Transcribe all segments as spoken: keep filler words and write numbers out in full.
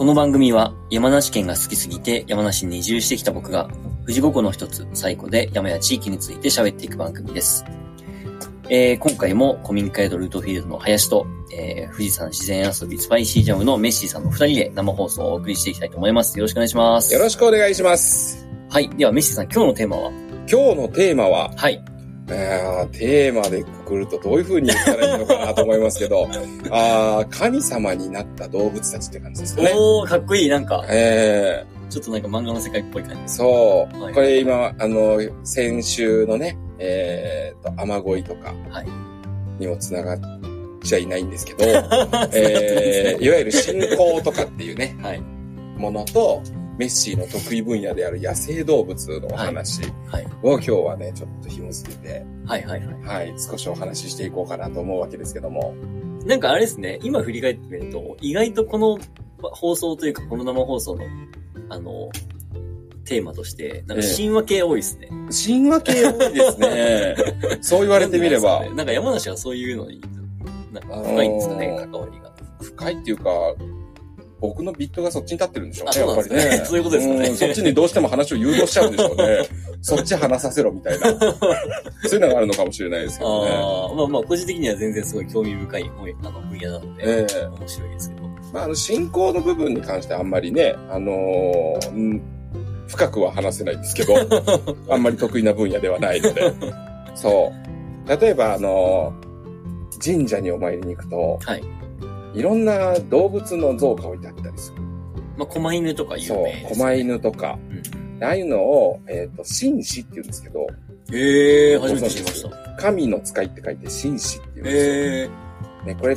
の番組は山梨県が好きすぎて山梨に移住してきた僕が富士五湖の一つ西湖で山や地域について喋っていく番組です。えー、今回も古民家宿ルートフィールドの林と、えー、富士山自然遊びスパイシージャムのメッシーさんの二人で生放送をお送りしていきたいと思います。よろしくお願いします。 よろしくお願いします。 はい。ではメッシーさん、今日のテーマは？ 今日のテーマは、 はい。 えー、テーマでくくるとどういう風に言ったらいいのかなと思いますけど、あ神様になった動物たちって感じですかね。 おー、かっこいい。なんか、 えー、 ちょっとなんか漫画の世界っぽい感じです。 そう。 はい、これ今、あの、先週のね、えーと、雨乞いとかにもつながっちゃいないんですけど、えー、いわゆる信仰とかっていうね、はい、ものと、メッシーの得意分野である野生動物のお話を今日はね、ちょっと紐付けて、はいはいはい。はい、少しお話ししていこうかなと思うわけですけども。 なんかあれですね、今振り返ってみると、意外とこの放送というか、この生放送の、あの、テーマとして、なんか神話系多いですね。ええ、神話系多いですね。そう言われてみれば。 なんか山梨はそういうのに、なんか深いんですかね、関わりが。 深いっていうか、僕のビットがそっちに立ってるんでしょうね、 やっぱりね。そういうことですかね。 そっちにどうしても話を誘導しちゃうんでしょうね。そっち話させろみたいな。そういうのがあるのかもしれないですけどね。 あまあまあ、個人的には全然すごい興味深いあの分野なので、えー、面白いですけど。 まあ、あの、信仰の部分に関してはあんまりね、あのー、ん深くは話せないんですけど、あんまり得意な分野ではないので。そう。例えば、あのー、神社にお参りに行くと、はい。いろんな動物の像が置いてあったりする。 まあ、狛犬とか有名ですね。 そう、狛犬とか。うん、ああいうのを、えっ、ー、と、神使って言うんですけど。 へえー、初めて知りました。 神の使いって書いて神使って言うんですよ。へー。ね、これって、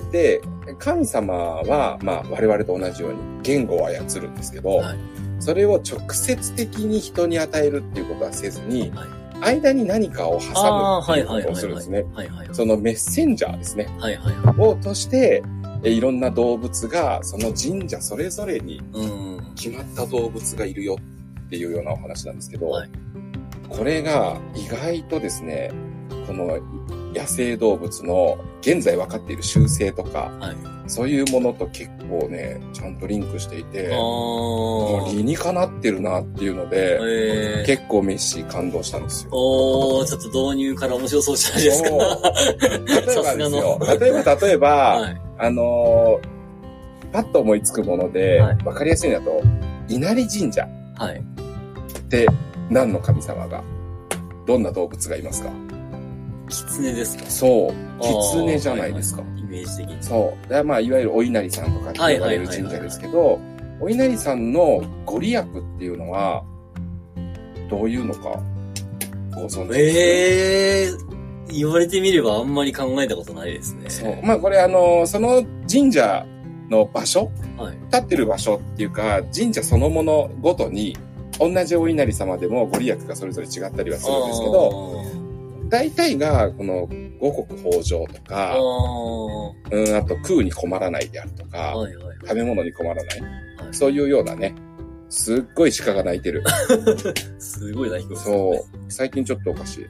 神様は、まあ、我々と同じように言語を操るんですけど、はい、それを直接的に人に与えるっていうことはせずに、はい、間に何かを挟むっていうことをするんですね。そのメッセンジャーですね。はいはいはい、をとして、いろんな動物が、その神社それぞれに決まった動物がいるよっていうようなお話なんですけど、はい、これが意外とですね、この野生動物の現在分かっている習性とか、はい、そういうものと結構ね、ちゃんとリンクしていて、もう理にかなってるなっていうので、結構メッシー感動したんですよ。 おー、ちょっと導入から面白そうじゃないですか。 例えばですよ。例えば、例えば、はい、あのー、パッと思いつくもので、はい、分かりやすいんだと、稲荷神社って何の神様が、どんな動物がいますか？ 狐ですか？ そう。狐じゃないですか。 はいはい、イメージ的に。 そう。でまあ、いわゆるお稲荷さんとかって呼ばれる神社ですけど、お稲荷さんのご利益っていうのは、どういうのか、ご存知ですか？ ええー、言われてみればあんまり考えたことないですね。 そう。まあ、これあの、その神社の場所、はい、立ってる場所っていうか、神社そのものごとに、同じお稲荷様でもご利益がそれぞれ違ったりはするんですけど、大体が、この、五穀豊穣とか、あ,、うん、あと空に困らないであるとか、はいはいはい、食べ物に困らない、はい、そういうようなね、すっごい鹿が鳴いてる。 すごい鳴き声ですね。そう。最近ちょっとおかしい。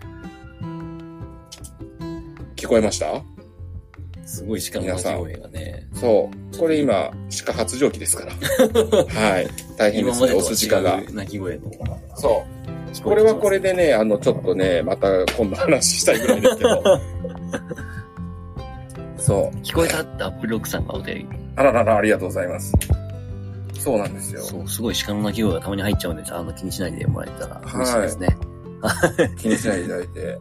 聞こえました？ すごい鹿の鳴き声がね。 そう。これ今、鹿発情期ですから。はい。大変ですね、オス鹿が。 鳴き声の。 そう。これはこれでね、あの、ちょっとね、また今度話したいぐらいですけど。そう。 聞こえたってアップルロックさんがお手。 あららら、ありがとうございます。そうなんですよ。 そう、すごい鹿の鳴き声がたまに入っちゃうんで、あの、気にしないでもらえたら嬉しいですね。 はい。気にしないでいただいて。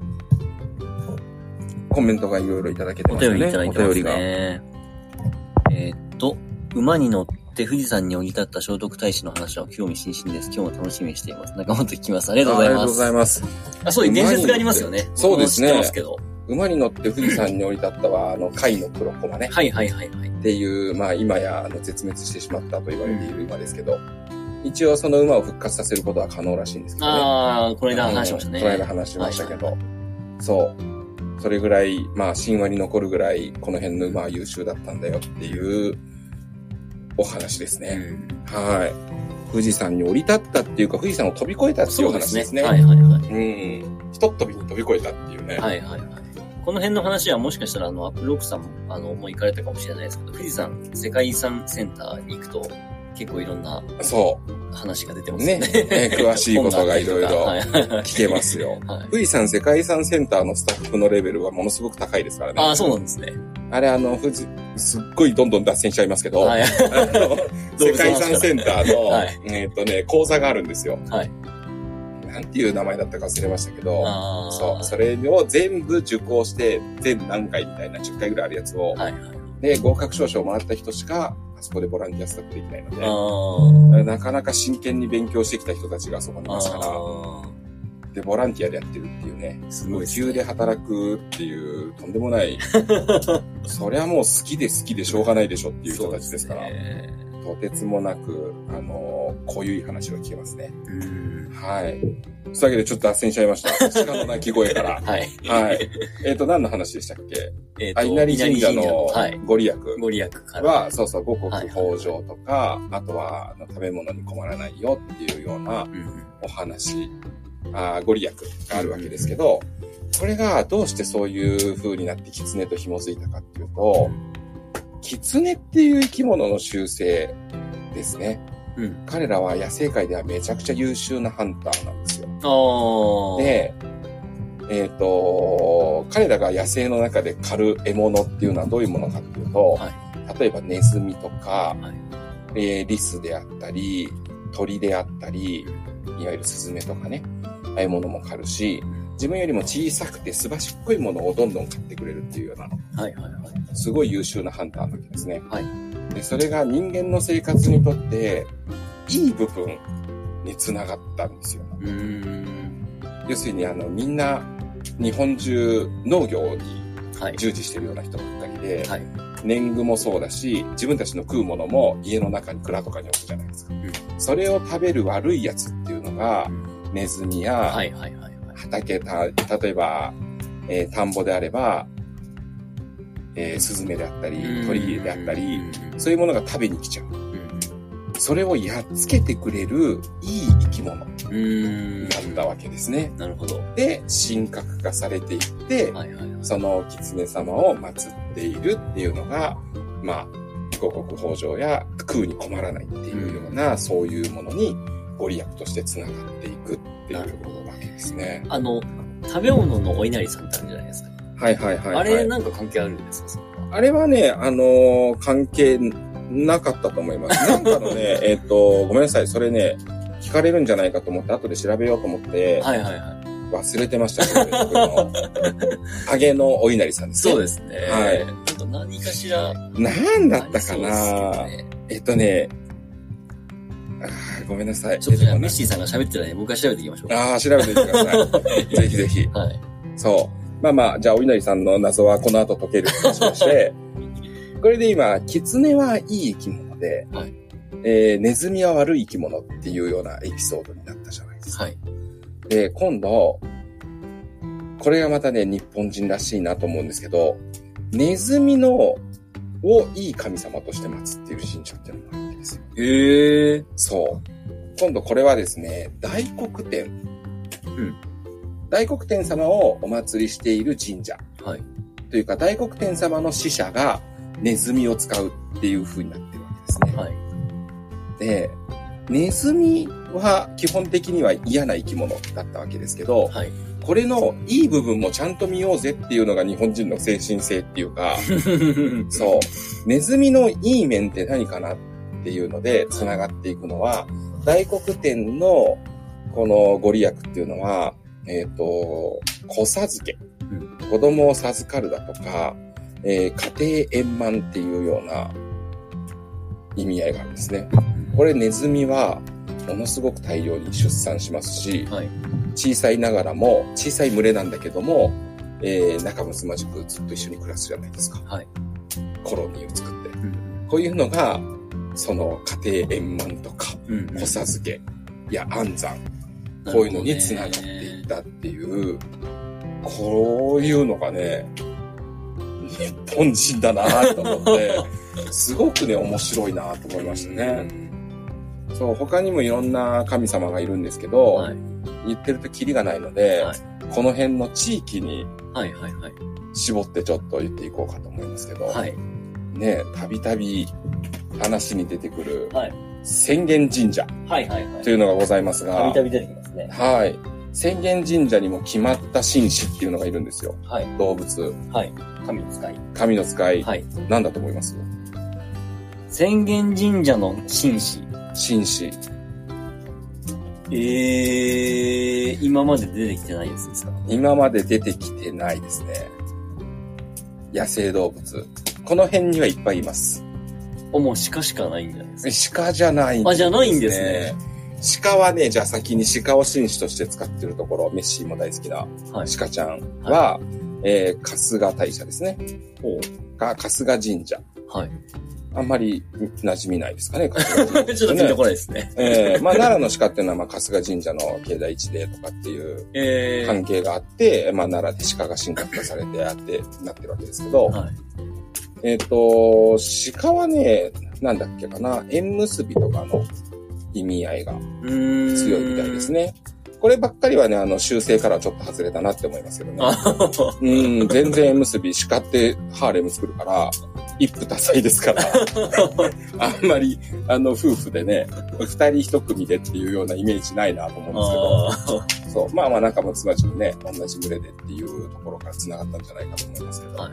コメントがいろいろいただけてますね。 お便りいただいてますね。お便りが。えー、っと、馬に乗って富士山に降り立った聖徳太子の話は興味津々です。今日も楽しみにしています。仲間と聞きます。ありがとうございます。 ありがとうございます。 あ、そういう伝説がありますよね。 そうですね。知ってますけど。 馬に乗って富士山に降り立ったは、あの、甲斐の黒駒ね。 はいはいはいはい。 っていう、まあ今や、あの、絶滅してしまったと言われている馬ですけど、うん、一応その馬を復活させることは可能らしいんですけどね。 ああ、この間話しましたね。 この間話しましたけど。はいはい、そう。それぐらい、まあ神話に残るぐらい、この辺の馬は優秀だったんだよっていうお話ですね。うん、はい。富士山に降り立ったっていうか、富士山を飛び越えたっていう話ですね。 はいはいはい。 うん。ひとっ飛びに飛び越えたっていうね。 はいはいはい。この辺の話はもしかしたら、あの、アップルロックさんも、あの、もう行かれたかもしれないですけど、富士山世界遺産センターに行くと、 結構いろんなそう話が出てますね。 ね。ね詳しいことがいろいろ聞けますよ。はい、富士山世界遺産センターのスタッフのレベルはものすごく高いですからね。 ああ、そうなんですね。 あれあの、富士、すっごいどんどん脱線しちゃいますけど、はい、あの世界遺産センターの、はい、えっとね、講座があるんですよ。はい。なんていう名前だったか忘れましたけど、そう、それを全部受講して、全何回みたいなじゅっかいぐらいあるやつを、はいはい、で、合格証書をもらった人しか、あそこでボランティアスタッフできないので、なかなか真剣に勉強してきた人たちがそこにいますから、で、ボランティアでやってるっていうね、すごい無給で働くっていう、とんでもない、そりゃもう好きで好きでしょうがないでしょっていう人たちですから、とてつもなく、あのー、濃い話を聞けますね。はい。そういうわけでちょっと脱線しちゃいました。鹿の鳴き声から。はい。はい。えっ、ー、と、何の話でしたっけ？えっ、ー、と、稲荷神社のご利益。ご利益から。は、そうそう、五穀豊穣とか、はいはい、あとは、食べ物に困らないよっていうようなお話、うん、あご利益があるわけですけど、これがどうしてそういう風になって狐と紐づいたかっていうと、狐っていう生き物の習性ですね。うん、彼らは野生界ではめちゃくちゃ優秀なハンターなんですよ。で、えっ、ー、と、彼らが野生の中で狩る獲物っていうのはどういうものかっていうと、はい、例えばネズミとか、はい、えー、リスであったり、鳥であったり、いわゆるスズメとかね、ああいうものも狩るし、自分よりも小さくてすばしっこいものをどんどん買ってくれるっていうような、はいはいはい、すごい優秀なハンターなわけですね。はい、でそれが人間の生活にとっていい部分につながったんですよ。うーん要するにあのみんな日本中農業に従事してるような人ばっかりで、はい、年貢もそうだし自分たちの食うものも家の中に蔵とかに置くじゃないですか。うん、それを食べる悪いやつっていうのが、うん、ネズミや、はいはいはい畑た、例えば、えー、田んぼであれば、えー、スズメであったり、鳥であったり、そういうものが食べに来ちゃう。それをやっつけてくれるいい生き物だったわけですね。なるほど。で、神格化されていって、はいはいはい、その狐様を祀っているっていうのが、まあ、五穀豊穣や食うに困らないっていうような、そういうものにご利益としてつながっていくっていうわけですね。あの、食べ物のお稲荷さんってあるんじゃないですか。はいはいはい、はい。あれなんか関係あるんですか？あれはね、あのー、関係なかったと思います。なんかのね、えっと、ごめんなさい。それね、聞かれるんじゃないかと思って、後で調べようと思って、はいはいはい。忘れてましたけど、僕の、揚げのお稲荷さんですね。そうですね。はい。ちょっと何かしら。なんだったかな、ね、えっとね、あごめんなさい。ちょっとじゃあ、ミッシーさんが喋ってたね、僕が調べていきましょう。ああ、調べていってください。ぜひぜひ。はい。そう。まあまあ、じゃあ、お稲荷さんの謎はこの後解けるとしまして、これで今、狐はいい生き物で、はい、えー、ネズミは悪い生き物っていうようなエピソードになったじゃないですか。はい。で、今度、これがまたね、日本人らしいなと思うんですけど、ネズミの、をいい神様として祀っている神社っていうのがあるわけですよ。へー。そう。今度これはですね、大黒天。うん。大黒天様をお祭りしている神社。はい。というか、大黒天様の使者がネズミを使うっていう風になってるわけですね。はい。で、ネズミは基本的には嫌な生き物だったわけですけど、はい。これのいい部分もちゃんと見ようぜっていうのが日本人の精神性っていうか、そう。ネズミのいい面って何かなっていうので繋がっていくのは、大黒天のこのご利益っていうのは、えっと、子授け、うん、子供を授かるだとか、えー、家庭円満っていうような意味合いがあるんですね。これネズミはものすごく大量に出産しますし、はい、小さいながらも、小さい群れなんだけども、えー、仲睦まじくずっと一緒に暮らすじゃないですか。はい、コロニーを作って、うん。こういうのが、その家庭円満とか、うん、子授けや安産、こういうのにつながっていったっていう、こういうのがね、日本人だなと思って、すごくね、面白いなと思いましたね。そう、他にもいろんな神様がいるんですけど、はい、言ってるとキリがないので、はい、この辺の地域に絞ってちょっと言っていこうかと思いますけど、はい、ね、たびたび話に出てくる、はい、 浅間神社。 はいはいはい。 というのがございますが。 たびたび出てきますね。 はい。浅間神社にも決まった神使っていうのがいるんですよ。 はい。 動物。 はい。神の使い。 神の使い。 はい。 何だと思います？ 浅間神社の神使。 神使。 えー、今まで出てきてないやつですか？ 今まで出てきてないですね。野生動物。この辺にはいっぱいいます。 あ、もう鹿しかないんじゃないですか？鹿じゃないんですね。 あ、じゃないんですね。 鹿はね、じゃあ先に鹿を神使として使ってるところ、メッシーも大好きな鹿ちゃんは、はい、えー、春日大社ですね。が、春日神社。はい。あんまり馴染みないですかね、春日神社、ね。 ちょっとピンとこないですね。 えー、まあ奈良の鹿っていうのは、まあ春日神社の境内地でとかっていう関係があって、えー、まあ奈良で鹿が神格化されてあってなってるわけですけど、はい、えっと、鹿はね、なんだっけかな、縁結びとかの意味合いが強いみたいですね。こればっかりはね、あの、習性からはちょっと外れたなって思いますけどね。うん、全然縁結び、鹿ってハーレム作るから、一夫多妻ですから、あんまり、あの、夫婦でね、二人一組でっていうようなイメージないなと思うんですけど、そう、まあまあ仲睦まじくね、同じ群れでっていうところから繋がったんじゃないかと思いますけど、はい。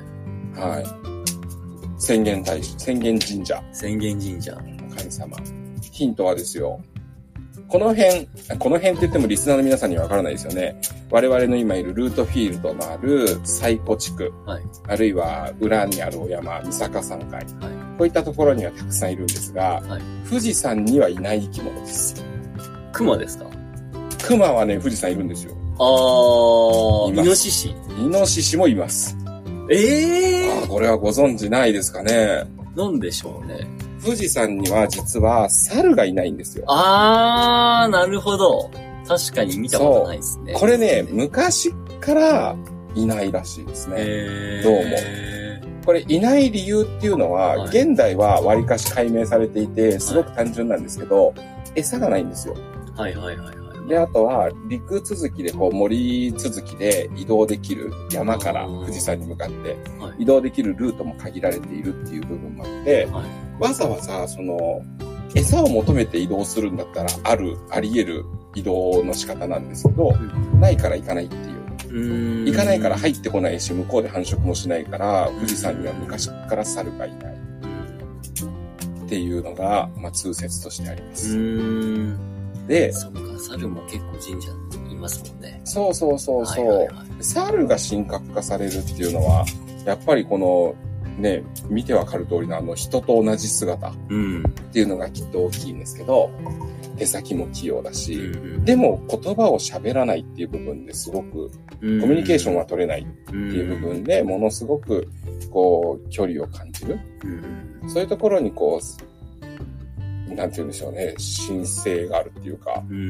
はい。浅間大社、浅間神社。 浅間神社。 神様。ヒントはですよ、この辺、この辺って言ってもリスナーの皆さんにはわからないですよね。我々の今いるルートフィールドのある西湖地区、はい、あるいは裏にあるお山、三坂山海、はい、こういったところにはたくさんいるんですが、はい、富士山にはいない生き物です。 熊ですか？ 熊はね、富士山いるんですよ。 あー、イノシシ。 イノシシもいます。 ええー。 あ、これはご存知ないですかね。 なんでしょうね。 富士山には実は猿がいないんですよ。 あー、なるほど。確かに見たことないですね。 これね、昔からいないらしいですね。えー、どうも。これいない理由っていうのは、はい、現代は割かし解明されていて、すごく単純なんですけど、はい、餌がないんですよ。 はいはいはいはい。 で、あとは陸続きでこう森続きで移動できる山から富士山に向かって移動できるルートも限られているっていう部分もあって、はい、わざわざその餌を求めて移動するんだったらある、あり得る移動の仕方なんですけど、うん、ないから行かないっていう。うーん行かないから入ってこないし、向こうで繁殖もしないから、富士山には昔から猿がいない。っていうのが、まあ通説としてあります。うーんで、そっか、猿も結構神社にいますもんね。 そうそうそうそう。はいはいはい、猿が神格化されるっていうのは、やっぱりこの、ね、見てわかる通りのあの人と同じ姿っていうのがきっと大きいんですけど、手先も器用だし、うん、でも言葉を喋らないっていう部分ですごく、コミュニケーションは取れないっていう部分でものすごくこう距離を感じる。うん、そういうところにこう、なんて言うんでしょうね、神聖があるっていうか、うん、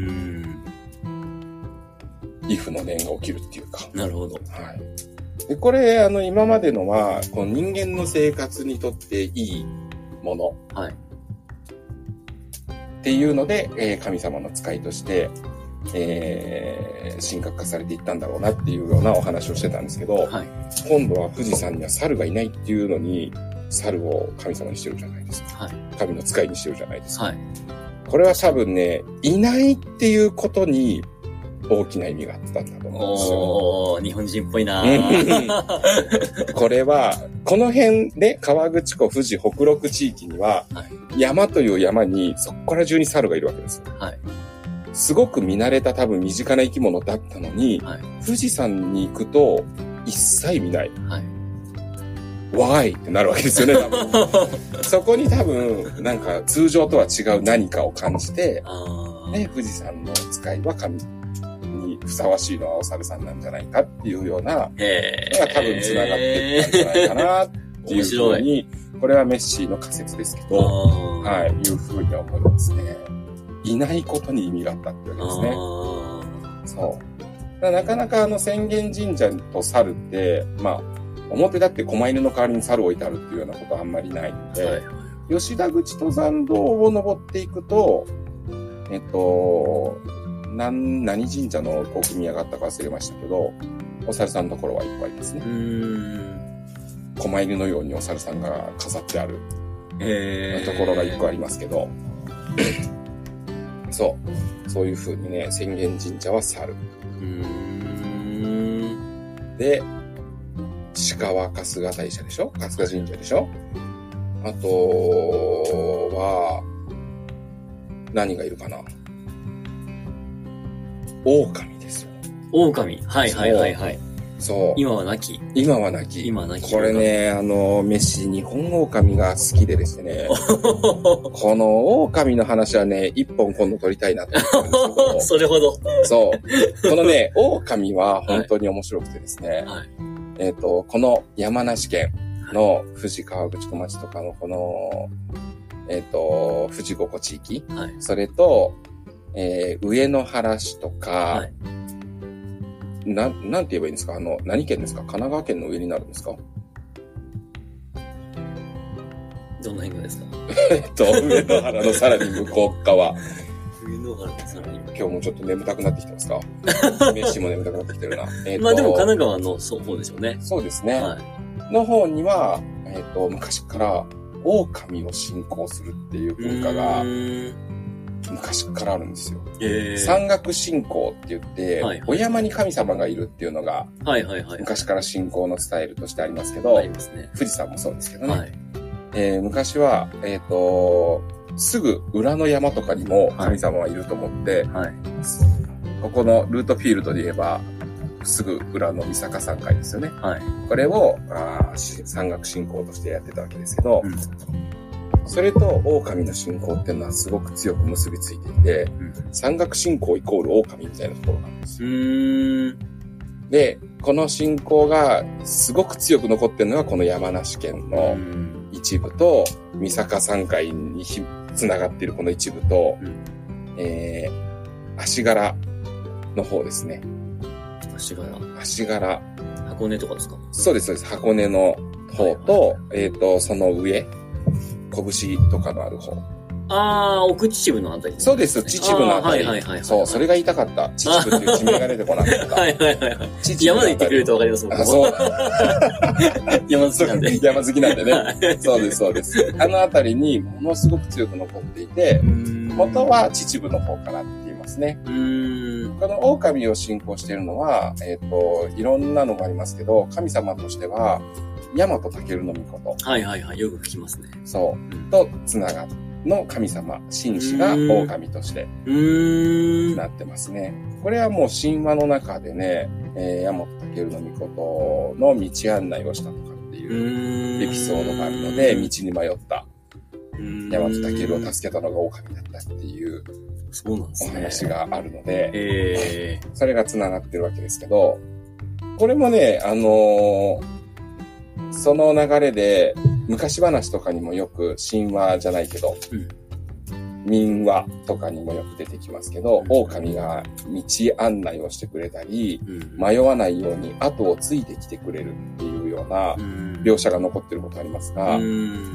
イフの念が起きるっていうか。 なるほど。 はい。で、これ、あの、今までのは、この人間の生活にとっていいもの。はい。っていうので、えー、神様の使いとして、えー、神格化されていったんだろうなっていうようなお話をしてたんですけど、はい、今度は富士山には猿がいないっていうのに、猿を神様にしてるじゃないですか。はい、神の使いにしてるじゃないですか。はい、これは多分ね、いないっていうことに、大きな意味があったんだと思うんですよ。 おー、日本人っぽいなこれは、この辺で河口湖、富士、北陸地域には、はい、山という山にそこから中に猿がいるわけですよ。はい、すごく見慣れた多分身近な生き物だったのに、はい、富士山に行くと一切見ない。はい、Why? ってなるわけですよね、多分。そこに多分、なんか通常とは違う何かを感じて、ね、富士山の使いは神にふさわしいのはお猿さんなんじゃないかっていうようなのが多分繋がっていったんじゃないかなっていうふうに、これはメッシーの仮説ですけど、はい、いうふうに思いますね。いないことに意味があったってわけですね。そう。だなかなかあの浅間神社と猿って、まあ、表だって狛犬の代わりに猿を置いてあるっていうようなことはあんまりないので、はい、吉田口登山道を登っていくと、えっと、何、何神社のこう組み上がったか忘れましたけど、お猿さんのところはいっぱいですね。うーん。狛犬のようにお猿さんが飾ってあるところがいっこありますけど、 そう。そういう風にね、浅間神社は猿。 うーん。 で、鹿は春日大社でしょ？春日神社でしょ？あとは、何がいるかな？狼ですよ。 狼。はいはいはいはい。 そう。 今は亡き。 今は亡き。 今は亡き。 これね、あの、飯、日本狼が好きでですね。この狼の話はね、一本今度取りたいなと思ってるんですけど。 それほど。 そう。このね、狼は本当に面白くてですね。はい、えっと、この山梨県の富士河口湖町とかのこの、えっと、富士五湖地域。はい、それと、えー、上野原市とか、はい、な、なんて言えばいいんですか？あの、何県ですか？神奈川県の上になるんですか？ どの辺がですか？ えっと、上野原のさらに向こう側。 上野原のさらに向こう。 今日もちょっと眠たくなってきてますか？飯も眠たくなってきてるな。 えっと、まあでも神奈川の方でしょうね。 そうですね。はい、の方には、えっと、昔から狼を信仰するっていう文化が、昔からあるんですよ。山岳信仰って言って、はいはい、お山に神様がいるっていうのが、はいはいはい、昔から信仰のスタイルとしてありますけど、ありますね、富士山もそうですけどね。はい、えー、昔は、えっと、すぐ裏の山とかにも神様はいると思って、はいはい、ここのルートフィールドで言えば、すぐ裏の三坂山海ですよね。はい、これをあ山岳信仰としてやってたわけですけど、うん、それと狼の信仰っていうのはすごく強く結びついていて、うん、山岳信仰イコール狼みたいなところなんですよ。うーんで、この信仰がすごく強く残ってるのがこの山梨県の一部と、三坂山海につながっているこの一部と、うん、えー、足柄の方ですね。 足柄足柄。 箱根とかですか？ そうです、そうです。箱根の方と、はいはいはい、えっと、その上、拳とかのある方。 ああ、奥秩父のあたり、ね。 そうです、秩父のあたり。はいはいはい、はい。そう、それが言いたかった。秩父っていう地名が出てこなかった。はいはいはい。 山で行ってくれるとわかりますもん。あ、そう。山好きなんで。 山好きなんでね。そうです、そうです。あのあたりにものすごく強く残っていて、元は秩父の方からって言いますね。うーんこの狼を信仰しているのは、えっと、いろんなのがありますけど、神様としては、大和尊の御事。 はいはいはい。よく聞きますね。 そう。うん、と、つながの神様、神使が狼としてなってますね。これはもう神話の中でね、えー、大和尊の御事の道案内をしたとかっていうエピソードがあるので、道に迷った大和尊を助けたのが狼だったっていうそうなんですね。 お話があるので、 えー、 それが繋がってるわけですけど、これもね、あのー、その流れで、昔話とかにもよく神話じゃないけど、うん、民話とかにもよく出てきますけど、うん、狼が道案内をしてくれたり、うん、迷わないように後をついてきてくれるっていうような描写が残ってることありますが、うん、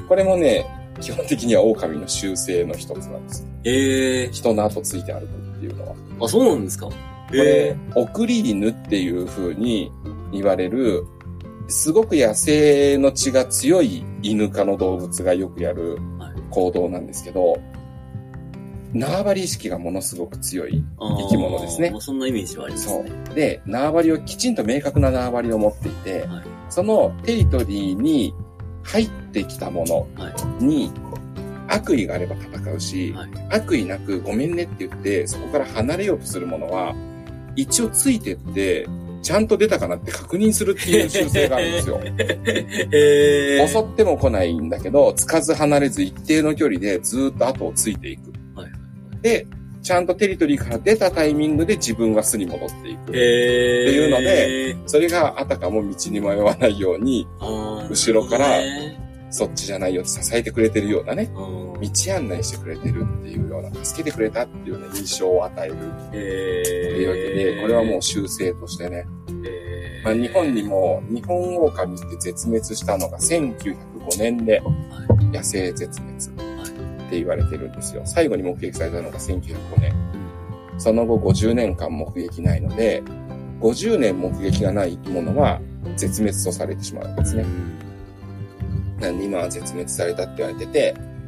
これもね、基本的には狼の習性の一つなんです。 えー、 人の後ついて歩くっていうのは。 あ、そうなんですか？ これ、送り犬っていう風に言われる、すごく野生の血が強い犬科の動物がよくやる行動なんですけど、縄張り意識がものすごく強い生き物ですね。 もうそんなイメージはありますね。 そう。で、縄張りをきちんと明確な縄張りを持っていて、はい、そのテリトリーに入ってきたものに悪意があれば戦うし、はい、悪意なくごめんねって言ってそこから離れようとするものは一応ついてってちゃんと出たかなって確認するっていう習性があるんですよ。えー、襲っても来ないんだけど、つかず離れず一定の距離でずっと後をついていく。はい、で、ちゃんとテリトリーから出たタイミングで自分は巣に戻っていく。っていうので、それがあたかも道に迷わないように、後ろからそっちじゃないよって支えてくれてるようなね、道案内してくれてるっていうような、助けてくれたっていうような印象を与えるっていうわけで、これはもう習性としてね、まあ、日本にも日本狼って絶滅したのがせんきゅうひゃくごねんで野生絶滅って言われてるんですよ。最後に目撃されたのがせんきゅうひゃくごねん。その後ごじゅうねんかん目撃ないので、ごじゅうねん目撃がない生き物は絶滅とされてしまうんですね。なんで今は絶滅されたって言われてて、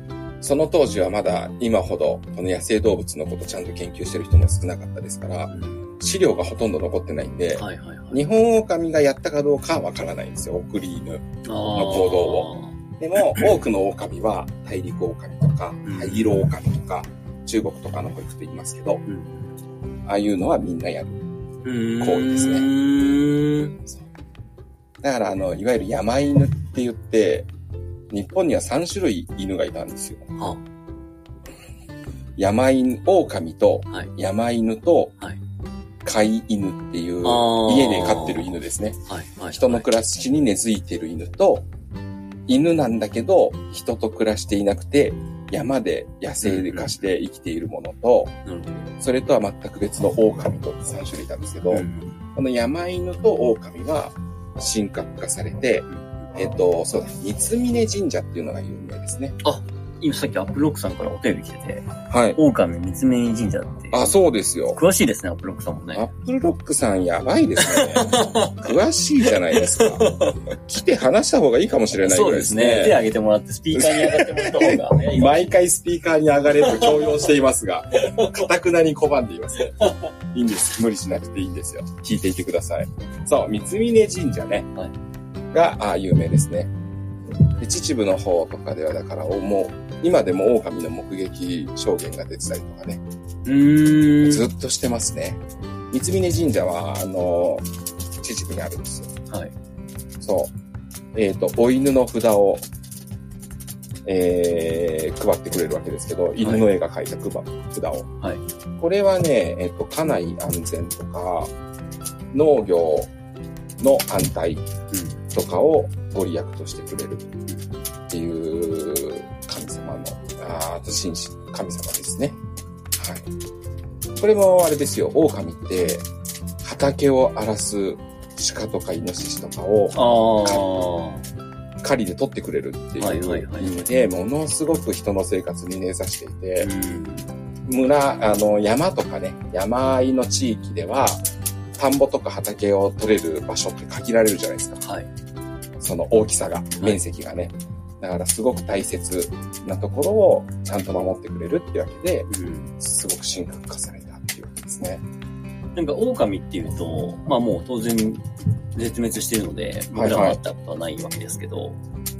その当時はまだ今ほどこの野生動物のことちゃんと研究してる人も少なかったですから、うん、資料がほとんど残ってないんで、はいはいはい、日本狼がやったかどうかはわからないんですよ、送り犬の行動を。でも多くの狼は大陸狼とか灰色狼とか、うん、中国とかの方行くと言いますけど、うん、ああいうのはみんなやる行為ですね。だからあのいわゆる山犬って言って日本にはさん種類犬がいたんですよ。はあ、山犬、狼と山犬と飼い犬っていう家で飼ってる犬ですね。はいはいはい、人の暮らしに根付いてる犬と犬なんだけど人と暮らしていなくて山で野生化して生きているものと、うんうん、それとは全く別の狼とさん種類いたんですけど、うん、この山犬と狼は神格化されて、えっと、そうだ、三峯神社っていうのが有名ですね。 あ、今さっきアップロックさんからお便り来てて、はい。狼三峯神社って。 あ、そうですよ。 詳しいですね、アップロックさんもね。 アップロックさんやばいですね。詳しいじゃないですか。来て話した方がいいかもしれないぐらいですね。そうですね。手挙げてもらってスピーカーに上がってもらった方がね。 毎回スピーカーに上がれと強要していますが、堅くなに拒んでいますね。いいんです。無理しなくていいんですよ。聞いていてください。そう、三峯神社ね。はい。が、あ、有名ですね。で秩父の方とかではだからもう今でも狼の目撃証言が出てたりとかね、うーんずっとしてますね。三峯神社はあの秩父にあるんですよ。はい。そうえっ、ー、とお犬の札を、えー、配ってくれるわけですけど、犬の絵が描いた札を、はい、これはねえっ、ー、と家内安全とか農業の安泰とかをご利益としてくれるっていう神様の、あと神神様ですね。はい。これもあれですよ、狼って畑を荒らす鹿とかイノシシとかを狩りで取ってくれるっていう意味で、ものすごく人の生活に根ざしていて、村、あの山とかね、山あいの地域では田んぼとか畑を取れる場所って限られるじゃないですか。はい。その大きさが、面積がね。だからすごく大切なところをちゃんと守ってくれるってわけで、うん、すごく神格化されたっていうわけですね。 なんか狼っていうと、まあもう当然絶滅しているので、僕らは会ったことはないわけですけど、はいはい、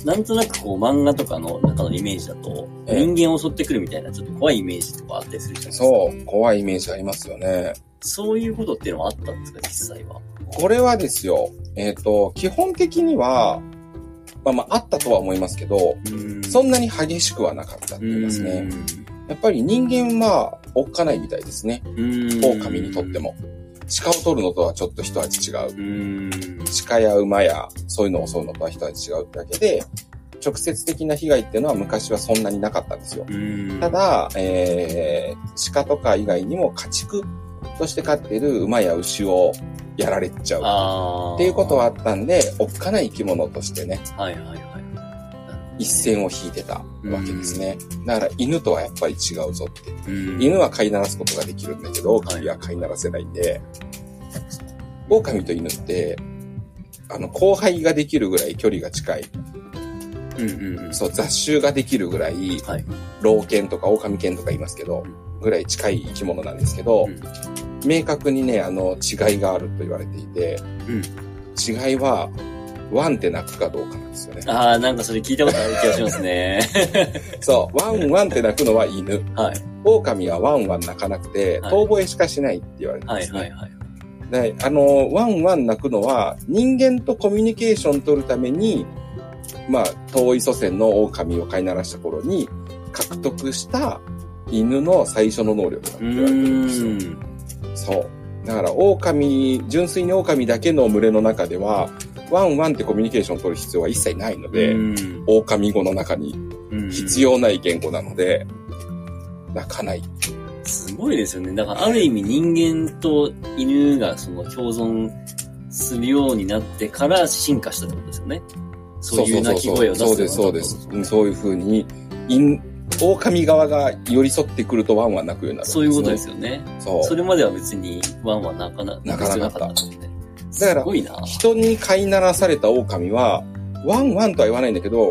なんとなくこう漫画とかの中のイメージだと、人間を襲ってくるみたいなちょっと怖いイメージとかあったりするじゃないですか。 そう、怖いイメージありますよね。 そういうことっていうのはあったんですか、実際は。 これはですよ、えっと、基本的には、まあまああったとは思いますけど、んそんなに激しくはなかったって言いますね。やっぱり人間はおっかないみたいですね。狼にとっても。鹿を取るのとはちょっと一味違う。鹿や馬やそういうのを襲うのとは一味違うだけで、直接的な被害っていうのは昔はそんなになかったんですよ。ただ、えー、鹿とか以外にも家畜として飼っている馬や牛をやられちゃうっていうことはあったんで、おっかない生き物としてね、はいはいはい、一線を引いてたわけですね。だから犬とはやっぱり違うぞって。犬は飼いならすことができるんだけど、狼は飼いならせないんで、狼と犬ってあの交配ができるぐらい距離が近い。うんうんうん、そう雑種ができるぐらい、はい、老犬とか狼犬とか言いますけど、ぐらい近い生き物なんですけど、うん、明確にねあの違いがあると言われていて、うん、違いはワンって鳴くかどうかなんですよね。 ああ、なんかそれ聞いたことある気がしますね。 そう、ワンワンって鳴くのは犬。はい。狼はワンワン鳴かなくて、はい、遠吠えしかしないって言われてますね。はいはいはい。で、あの、ワンワン鳴くのは人間とコミュニケーション取るために、まあ、遠い祖先の狼を飼いならした頃に獲得した犬の最初の能力だって言われてるんですよ。そう。だから、狼、純粋に狼だけの群れの中では、ワンワンってコミュニケーションを取る必要は一切ないので、狼語の中に必要ない言語なので、鳴かない。 すごいですよね。だからある意味人間と犬がその共存するようになってから進化したってことですよね。そういう鳴き声を出す。 そうです、そうです。そういう風に、狼側が寄り添ってくるとワンワン鳴くようになるんですね。 そういうことですよね。そう。それまでは別にワンワン鳴かな、 鳴かなかった。だから、人に飼いならされた狼は、ワンワンとは言わないんだけど、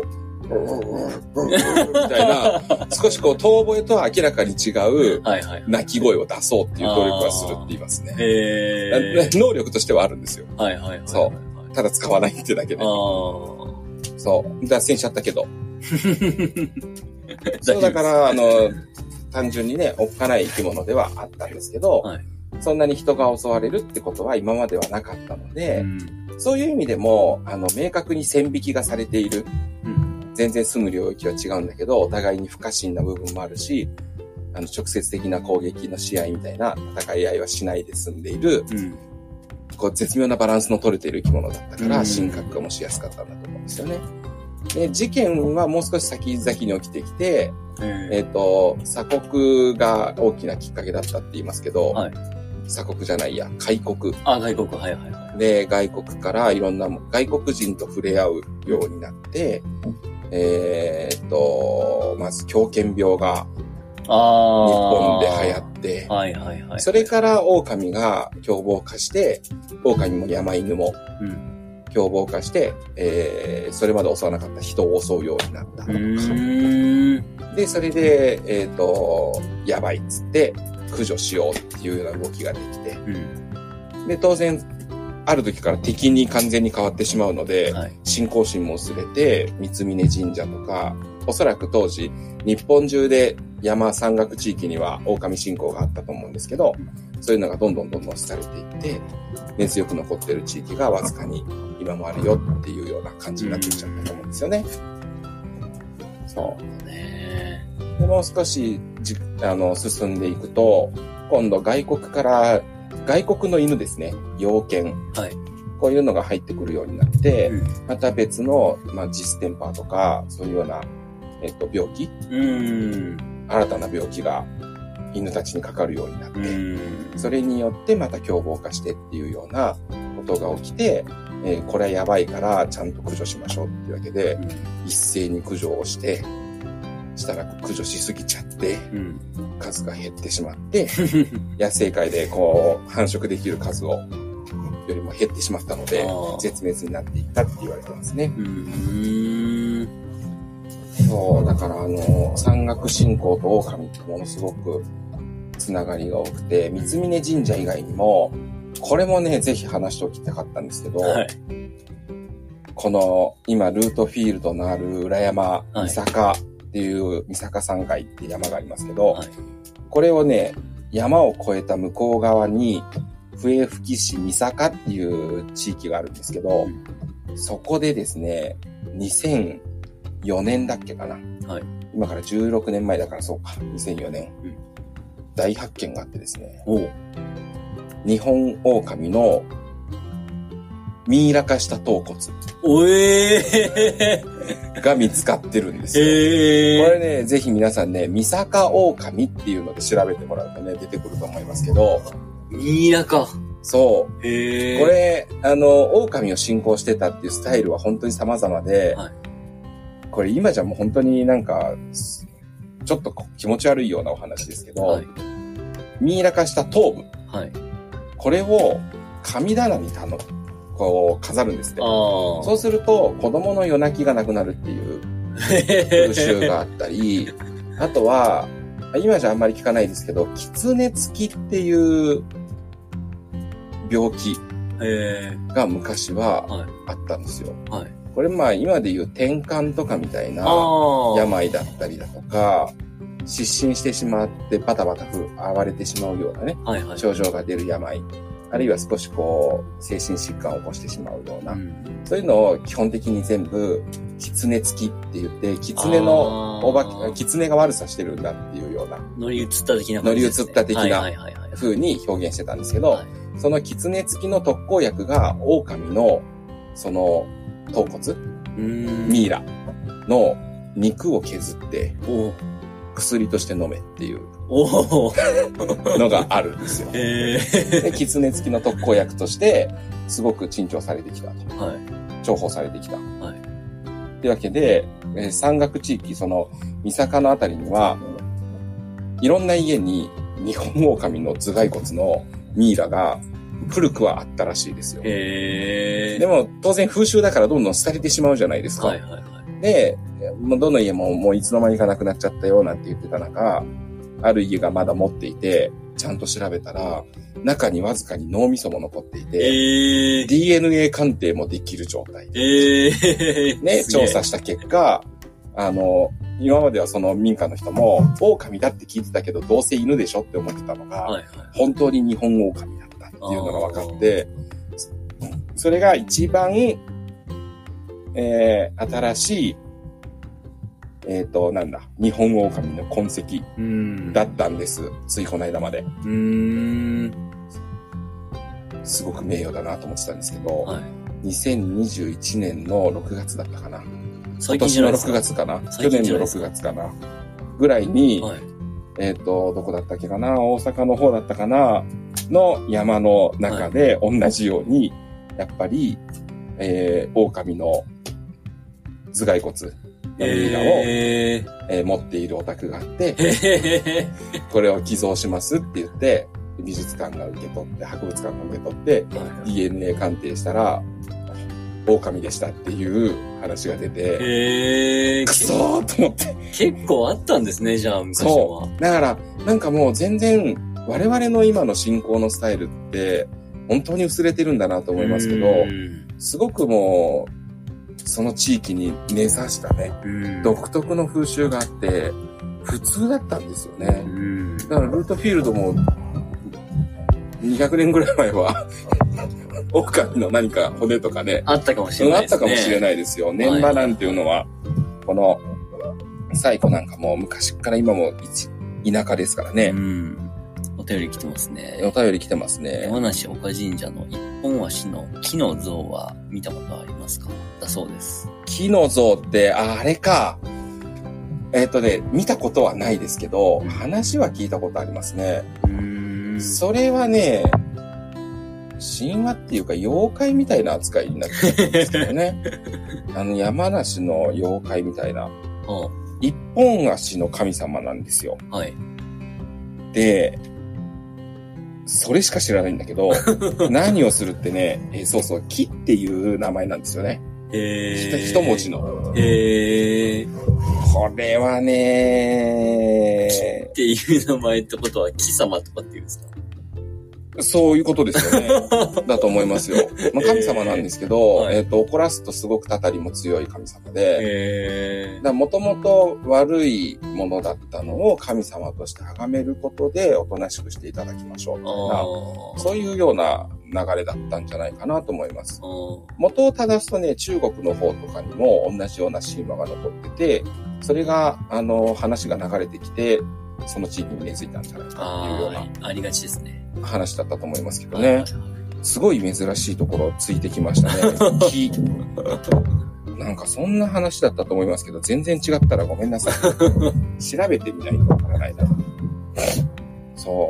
みたいな、少しこう、遠吠えとは明らかに違う、鳴き声を出そうっていう努力はするって言いますね。へー。能力としてはあるんですよ。はいはいはい。そう。ただ使わないってだけで。そう。脱線しちゃったけど。そうだから、あの、単純にね、おっかない生き物ではあったんですけど、はい、そんなに人が襲われるってことは今まではなかったので、うん、そういう意味でも、あの、明確に線引きがされている。うん、全然住む領域は違うんだけど、お互いに不可侵な部分もあるし、あの、直接的な攻撃の試合みたいな戦い合いはしないで済んでいる、うん、こう、絶妙なバランスの取れている生き物だったから、うん、深刻化もしやすかったんだと思うんですよね。で、事件はもう少し先々に起きてきて、えっと、鎖国が大きなきっかけだったって言いますけど、はい、鎖国じゃないや、開国。 あ、外国、はいはいはい。 で、外国からいろんな、外国人と触れ合うようになって、えっと、まず狂犬病が日本で流行って、はいはいはい、それから狼が凶暴化して、狼も山犬も、うん凶暴化して、えー、それまで襲わなかった人を襲うようになったとか。で、それで、えっと、やばいっつって、駆除しようっていうような動きができて。うん、で、当然、ある時から敵に完全に変わってしまうので、はい、信仰心も薄れて、三峯神社とか、おそらく当時、日本中で山山岳地域には狼信仰があったと思うんですけど、そういうのがどんどんどんどん廃れていって、根強く残っている地域がわずかに今もあるよっていうような感じになってきちゃったと思うんですよね。うん、そうね。で、もう少しじあの進んでいくと、今度外国から、外国の犬ですね、猟犬。はい。こういうのが入ってくるようになって、うん、また別の、まあ、ジステンパーとか、そういうような、えっと、病気、うん、新たな病気が犬たちにかかるようになって、うん、それによってまた凶暴化してっていうようなことが起きて、えー、これはやばいからちゃんと駆除しましょうっていうわけで、うん、一斉に駆除をして、したら駆除しすぎちゃって、うん、数が減ってしまって、野生界でこう繁殖できる数をよりも減ってしまったので、絶滅になっていったって言われてますね。うーんそう、だからあの、山岳信仰と狼ってものすごくつながりが多くて、三峯神社以外にも、これもね、ぜひ話しておきたかったんですけど、はい、この今ルートフィールドのある裏山、三坂っていう三坂山海って山がありますけど、はい、これをね、山を越えた向こう側に、笛吹市三坂っていう地域があるんですけど、うん、そこでですね、にせんよねんだっけかな、はい、今からじゅうろくねんまえだからそうか、にせんよねん、うん、大発見があってですね、お日本狼のミイラ化した頭骨おえーが見つかってるんですよ。えー、これね、ぜひ皆さんね、三坂狼っていうので調べてもらうとね、出てくると思いますけど、 ミイラか。 そう。へー。これ、あの、狼を信仰してたっていうスタイルは本当に様々で、はい、これ今じゃもう本当になんか、ちょっと気持ち悪いようなお話ですけど、はい、ミイラ化した頭部。はい、これを神棚に頼む。こう、飾るんですって。そうすると、子供の夜泣きがなくなるっていう風習があったり、あとは、今じゃあんまり聞かないですけど、狐つきっていう病気が昔はあったんですよ。はいはい、これまあ今でいう転換とかみたいな病だったりだとか、失神してしまってバタバタ暴れてしまうようなね、はいはい、症状が出る病。あるいは少しこう、精神疾患を起こしてしまうような、うん、そういうのを基本的に全部、狐つきって言って、狐のおばけ、狐が悪さしてるんだっていうような。 乗り移った的な感じですね。乗り移った的な風に表現してたんですけど、はい、その狐つきの特効薬が、狼の、その、頭骨、ミイラの肉を削って、薬として飲めっていうのがあるんですよ。へーで、狐付きの特効薬として、すごく珍重されてきたと。はい、重宝されてきた。はい、というわけで、えー、山岳地域、その、三坂のあたりには、いろんな家に日本狼の頭蓋骨のミイラが古くはあったらしいですよ。へーでも、当然風習だからどんどん廃れてしまうじゃないですか。はいはいはい、 で、もうどの家ももういつの間にかなくなっちゃったよなんて言ってた中、ある家がまだ持っていて、ちゃんと調べたら、中にわずかに脳みそも残っていて、えー、ディーエヌエー 鑑定もできる状態で、えー、ね、調査した結果、あの、今まではその民家の人も、狼だって聞いてたけど、どうせ犬でしょって思ってたのが、はいはい、本当に日本狼だったっていうのが分かって、それが一番、えー、新しい、えっと、なんだ、日本狼の痕跡だったんです。ついこの間まで。うーん、すごく名誉だなと思ってたんですけど、はい、にせんにじゅういちねんのろくがつだったかな。今年のろくがつかな。去年のろくがつかな。ぐらいに、はい、えっと、どこだったっけかな、大阪の方だったかな、の山の中で同じように、やっぱり、えー、狼の頭蓋骨。のミイラを、えーえー、持っているお宅があって、えー、これを寄贈しますって言って、美術館が受け取って、博物館が受け取って、はい、ディーエヌエー 鑑定したら、狼でしたっていう話が出て、えー、くそーと思って。 結構あったんですね、じゃあ、昔は。 そう。だから、なんかもう全然、我々の今の信仰のスタイルって、本当に薄れてるんだなと思いますけど、すごくもう、その地域に根ざしたね、独特の風習があって、普通だったんですよね。だからルートフィールドも、にひゃくねんぐらい前は、狼の何か骨とかね。 あったかもしれないですね。 あったかもしれないですよ。年場なんていうのは、この、最古なんかも昔から今も田舎ですからね。うんお便り来てますね。 お便り来てますね。 山梨岡神社の一本足の木の像は見たことありますか？だそうです。 木の像って、あ、あれか。えっとね、見たことはないですけど、話は聞いたことありますね。うーんそれはね、神話っていうか妖怪みたいな扱いになっちゃうんですけどね。あの山梨の妖怪みたいな。一本足の神様なんですよ。はい。で、それしか知らないんだけど、何をするってね、えー、そうそう、木っていう名前なんですよね。へー。一文字の。へー。これはねー。木っていう名前ってことは木様とかっていうんですか？ そういうことですよね。だと思いますよ。まあ、神様なんですけど、はい、えっと、怒らすとすごくたたりも強い神様で、もともと悪いものだったのを神様として崇めることでおとなしくしていただきましょうみたいな、そういうような流れだったんじゃないかなと思います。元を正すとね、中国の方とかにも同じような神話が残ってて、それが、あの、話が流れてきて、その地域に根付いたんじゃないかっていうような。 ありがちですね。 話だったと思いますけどね。すごい珍しいところをついてきましたね。木。なんかそんな話だったと思いますけど、全然違ったらごめんなさい。調べてみないとわからないな。そう。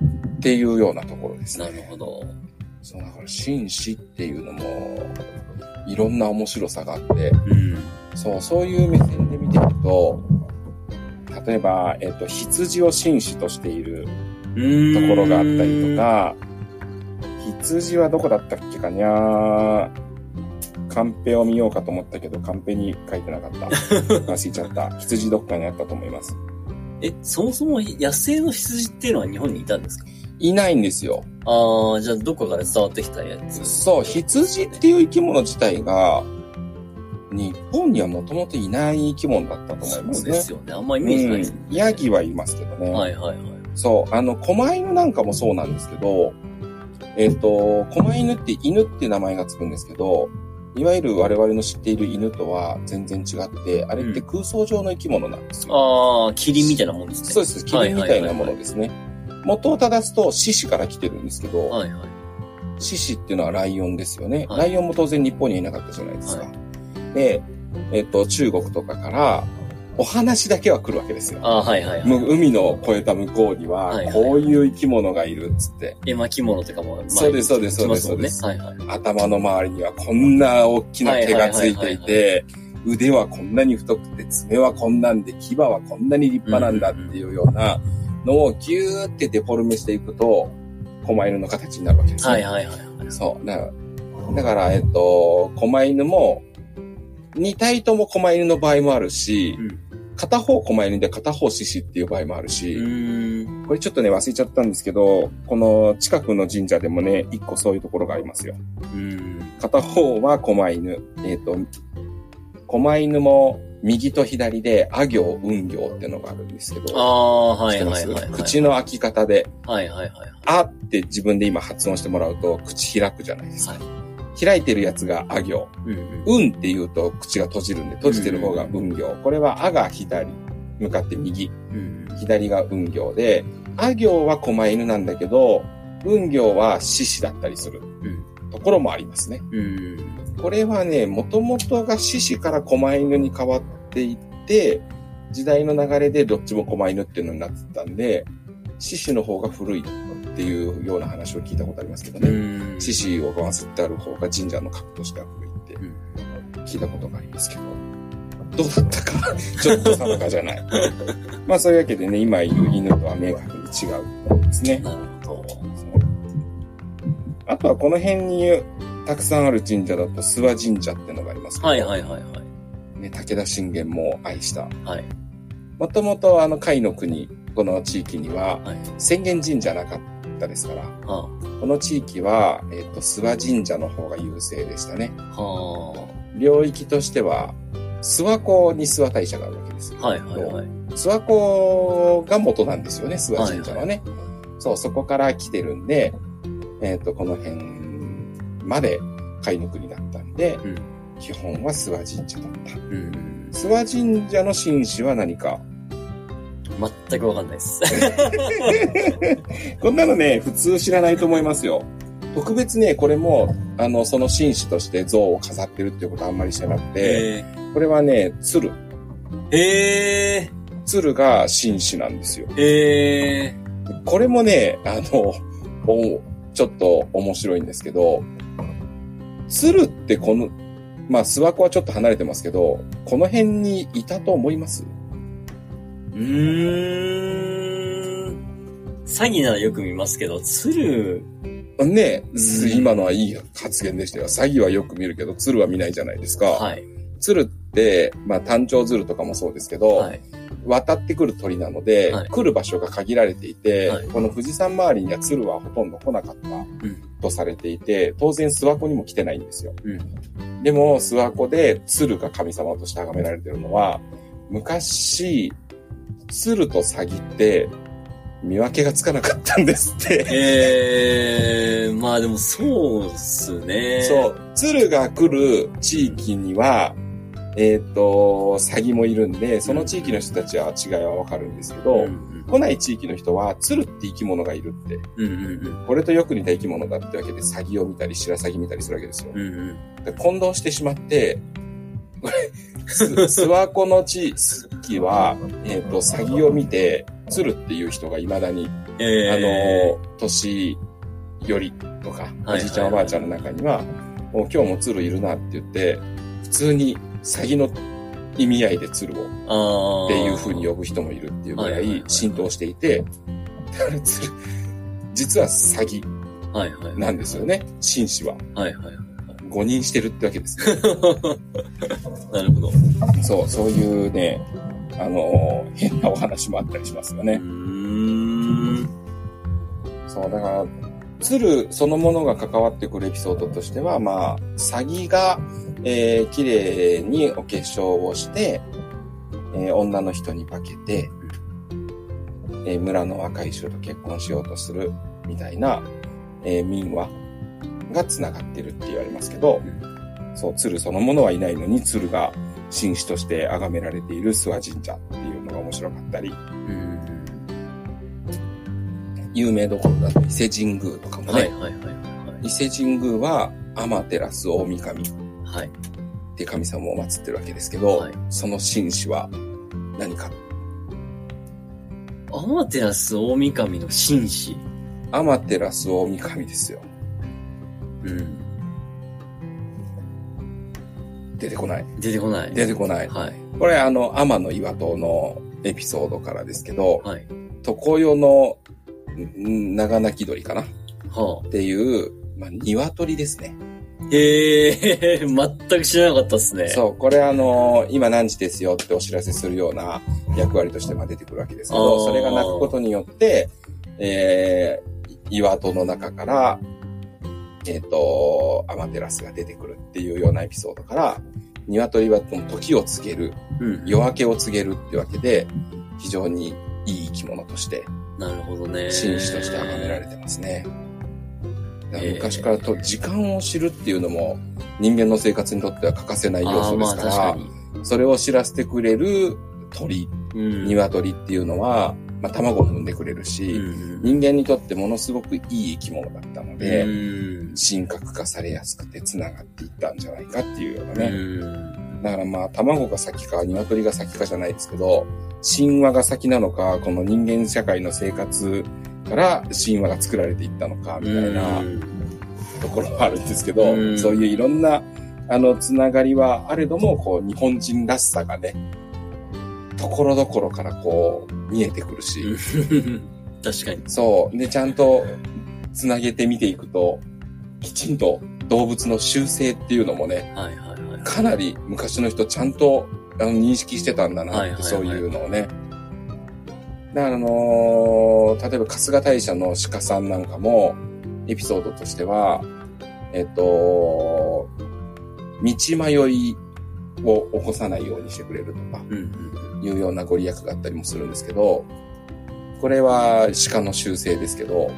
っていうようなところですね。 なるほど。 そう、だから紳士っていうのも、いろんな面白さがあって、うん、そう、そういう目線で見てみると、例えば、えっと、羊を紳士としているところがあったりとか、羊はどこだったっけかにゃー、カンペを見ようかと思ったけど、カンペに書いてなかった。忘れちゃった。羊どっかにあったと思います。 え、そもそも野生の羊っていうのは日本にいたんですか？ いないんですよ。 ああ、じゃあどこから伝わってきたやつ？ そう、羊っていう生き物自体が、日本にはもともといない生き物だったと思いますね。 そうですよね。あんまイメージないですね。 うん、ヤギはいますけどね。 はいはいはい。 そう、あの、狛犬なんかもそうなんですけど、えっと、狛犬って犬って名前がつくんですけど、いわゆる我々の知っている犬とは全然違って、あれって空想上の生き物なんですよ。 うん、ああ、キリンみたいなもんですね。 そうです。キリンみたいなものですね。元を正すと獅子から来てるんですけど、はいはい、獅子っていうのはライオンですよね。はい、ライオンも当然日本にはいなかったじゃないですか。はい、で、えっと、中国とかから、お話だけは来るわけですよ。 あはいはいはい。 海の越えた向こうには、こういう生き物がいるっつって。 絵巻物とかも、 そうです、そうです、そうです、そうです。はいはい、頭の周りにはこんな大きな毛がついていて、腕はこんなに太くて、爪はこんなんで、牙はこんなに立派なんだっていうようなのをギューってデフォルメしていくと、狛犬の形になるわけですね。はいはいはい。そう。だから、だからえっと、狛犬も、 に体とも狛犬の場合もあるし、 うん、 片方狛犬で片方獅子っていう場合もあるし、 うーん、 これちょっとね忘れちゃったんですけど、この近くの神社でもね、一個そういうところがありますよ。 うん、 片方は狛犬。えっと、狛犬も右と左で、あ行、うん行ってのがあるんですけど。 ああ、はいはいはい、はい。 口の開き方で、 はいはいはい。 あって自分で今発音してもらうと、口開くじゃないですか。はい、開いてるやつがあ行。うん、うん、うんって言うと口が閉じるんで、閉じてる方がうん行。これはあが左、向かって右。うん、左がうん行で、あ行は狛犬なんだけど、うん行は獅子だったりするところもありますね。うん、これはね、もともとが獅子から狛犬に変わっていって、時代の流れでどっちも狛犬っていうのになってたんで、獅子の方が古いっていうような話を聞いたことありますけどね。獅子を祀ってある方が神社の格としては古いって聞いたことがありますけど、どうだったかちょっと定かじゃない。まあそういうわけでね、今いる犬とは明確に違うんですね。なるほど。あとはこの辺にたくさんある神社だと諏訪神社っていうのがありますけど、 はいはいはいはい。 ね、武田信玄も愛した。 はい。 もともとあの甲斐の国、この地域には、浅間神社なかったですから、はい、この地域は、えっと、諏訪神社の方が優勢でしたね。はあ、領域としては、諏訪湖に諏訪大社があるわけですよ。はいはいはい。諏訪湖が元なんですよね、諏訪神社はね。はいはい、そう、そこから来てるんで、えっと、この辺まで甲斐の国だったんで、うん、基本は諏訪神社だった。うん、諏訪神社の神旨は何か全くわかんないです。 こんなのね、普通知らないと思いますよ。特別ね、これも、あの、その神旨として像を飾ってるっていうことはあんまりしてなくて、これはね、鶴。 えー。 鶴が神旨なんですよ。 えー。これもね、あの、ちょっと面白いんですけど、鶴ってこの、まあ、諏訪湖はちょっと離れてますけど、この辺にいたと思います？ うーん。詐欺ならよく見ますけど、鶴。 ねえ、今のはいい発言でしたよ。詐欺はよく見るけど、鶴は見ないじゃないですか。はい。鶴って、まあ、単調鶴とかもそうですけど、はい、渡ってくる鳥なので、はい、来る場所が限られていて、はい、この富士山周りには鶴はほとんど来なかったとされていて、当然諏訪湖にも来てないんですよ。うん、でも、諏訪湖で鶴が神様として崇められているのは、昔、鶴とサギって見分けがつかなかったんですって。 えー、まあでもそうっすね。 そう。鶴が来る地域には、えっと、サギもいるんで、その地域の人たちは違いはわかるんですけど、うんうん、来ない地域の人は鶴って生き物がいるって、うんうんうん、これとよく似た生き物だってわけで、サギを見たり、白サギ見たりするわけですよ。うんうん、で混同してしまって、これ、諏訪湖の地域は、えっと、サギを見て、鶴っていう人が未だに、えー、あの、年寄りとか、おじいちゃんおばあちゃんの中には、もう今日も鶴いるなって言って、普通にサギの意味合いで鶴をっていう風に呼ぶ人もいるっていうぐらい浸透していて、だから鶴、実はサギなんですよね、紳士は。はいはいはい。誤認してるってわけですね。 なるほど。 そう、そういうね、あの、変なお話もあったりしますよね。うーん。そう、だから、鶴そのものが関わってくるエピソードとしては、まあ、サギが、えー、綺麗にお化粧をして、えー、女の人に化けて、えー、村の若い人と結婚しようとするみたいな、えー、民話が繋がってるって言われますけど、うん、そう、鶴そのものはいないのに、鶴が神使として崇められている諏訪神社っていうのが面白かったり、うん、有名どころだと伊勢神宮とかもね、はいはいはいはい、伊勢神宮は天照大神、はい、って神様を祀ってるわけですけど、はい、その神使は何か。 天照大神の神使。 天照大神ですよ。うん。出てこない。 出てこない。 出てこない。はい。これあの、天の岩戸のエピソードからですけど、はい。常世の長鳴き鳥かな、はあ、っていう、まあ、鶏ですね。 へえ、全く知らなかったですね。 そう、これあのー、今何時ですよってお知らせするような役割としてまあ出てくるわけですけど、それが鳴くことによって、えー、岩戸の中から、えっと、アマテラスが出てくるっていうようなエピソードから、鶏は時を告げる、うん、夜明けを告げるってわけで、非常にいい生き物として、 なるほどね。 紳士として崇められてますね。昔からと時間を知るっていうのも人間の生活にとっては欠かせない要素ですから、まあ、それを知らせてくれる鳥、うん、鶏っていうのは、まあ、卵も産んでくれるし、うん、人間にとってものすごくいい生き物だったので、うん、神格化されやすくて繋がっていったんじゃないかっていうようなね。うん、だからまあ卵が先か鶏が先かじゃないですけど、神話が先なのか、この人間社会の生活から神話が作られていったのかみたいなところもあるんですけど、うそういういろんなあのつながりはあれども、こう日本人らしさがね、ところどころからこう見えてくるし、 確かにそうでちゃんとつなげて見ていくと、きちんと動物の習性っていうのもね、はいはいはい、かなり昔の人ちゃんとあの認識してたんだなって、はいはいはい、そういうのをね。だからあのー、例えば春日大社の鹿さんなんかもエピソードとしては、えっと、道迷いを起こさないようにしてくれるとか、いうようなご利益があったりもするんですけど、これは鹿の習性ですけど、うん、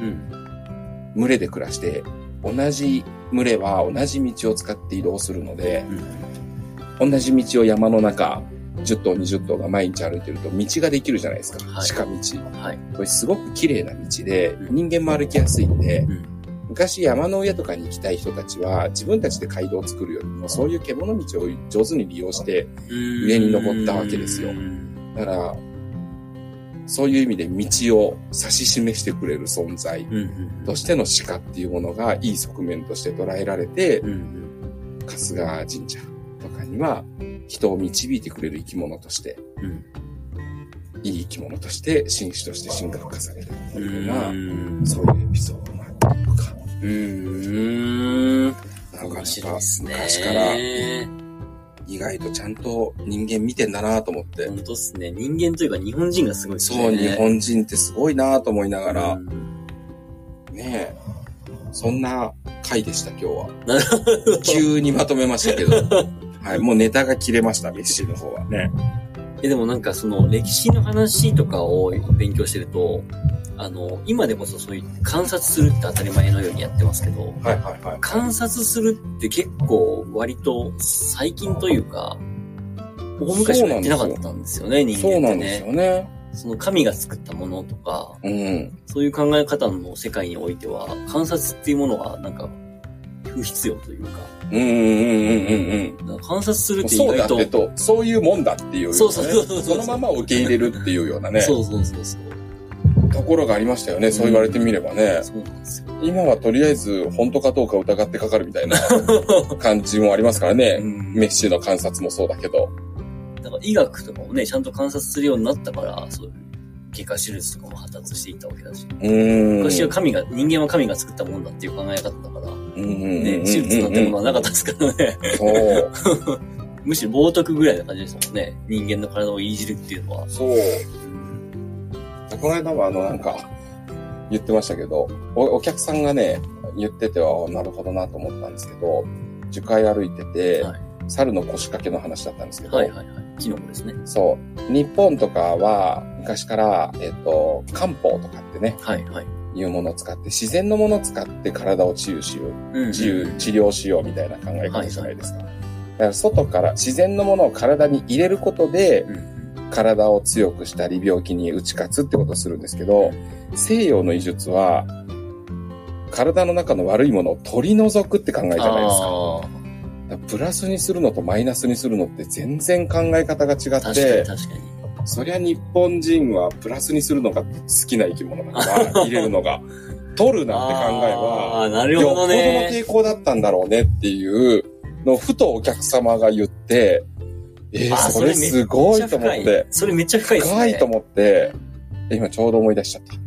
群れで暮らして同じ群れは同じ道を使って移動するので、うん、同じ道を山の中じゅっとうにじゅっとうが毎日歩いてると道ができるじゃないですか。はい、鹿道、はい。これすごく綺麗な道で、人間も歩きやすいんで、うん、昔山の上とかに行きたい人たちは自分たちで街道を作るよりもそういう獣道を上手に利用して上に登ったわけですよ。だから、そういう意味で道を指し示してくれる存在としての鹿っていうものがいい側面として捉えられて、春日神社とかには人を導いてくれる生き物として、うん、いい生き物として、紳士として神格化されるというような、そういうエピソードがあったりとか。うーん。なかなか昔から意外とちゃんと人間見てんだなと思って。 本当っすね。人間というか日本人がすごいですね。 そう、日本人ってすごいなと思いながら、ねえ。そんな回でした、今日は。なるほど。急にまとめましたけど。はい、もうネタが切れました、歴史の方はね。 え、でもなんかその歴史の話とかを勉強してると、あの、今でこそそういう観察するって当たり前のようにやってますけど、はいはいはい。観察するって結構割と最近というか、大昔はやってなかったんですよね、人間ってね。そうなんですよね。その神が作ったものとか、うん、そういう考え方の世界においては、観察っていうものはなんか不必要というか、うんうんうんうんうん。観察するって意外と。 そうだってと、そういうもんだっていう、ね。そうそうそうそう。そのまま受け入れるっていうようなね。 そうそうそうそう。 ところがありましたよね。そう言われてみればね。うん、そうなんですよ。今はとりあえず本当かどうか疑ってかかるみたいな感じもありますからね。うん、メッシの観察もそうだけど。 だから医学とかもね、ちゃんと観察するようになったから、そういう外科手術とかも発達していったわけだし。うん昔は神が、人間は神が作ったもんだっていう考え方だから。ね、手術なんてものはなかったですからね。そう。むしろ冒涜ぐらいな感じですもんね。人間の体をいじるっていうのは。そう。うん、 この間はあのなんか言ってましたけど、お、お客さんがね、言っててはなるほどなと思ったんですけど、樹海歩いてて、はい、猿の腰掛けの話だったんですけど、はいはいはい。 キノコですね。 そう。日本とかは昔から、えっと、漢方とかってね。はいはい。いうものを使って、自然のものを使って体を治癒しよう、うん、治癒、治療しようみたいな考え方じゃないですか。はいはい、だから外から自然のものを体に入れることで、うん、体を強くしたり病気に打ち勝つってことをするんですけど、西洋の医術は、体の中の悪いものを取り除くって考えじゃないですか。だからプラスにするのとマイナスにするのって全然考え方が違って、確かに確かに。そりゃ日本人はプラスにするのが好きな生き物なんだ。入れるのが。取るなんて考えは、あなるほどね、よっぽどの抵抗だったんだろうねっていうのをふとお客様が言って、えー、それすごいと思って。 それめっちゃ深いですね。 深いと思って、今ちょうど思い出しちゃった。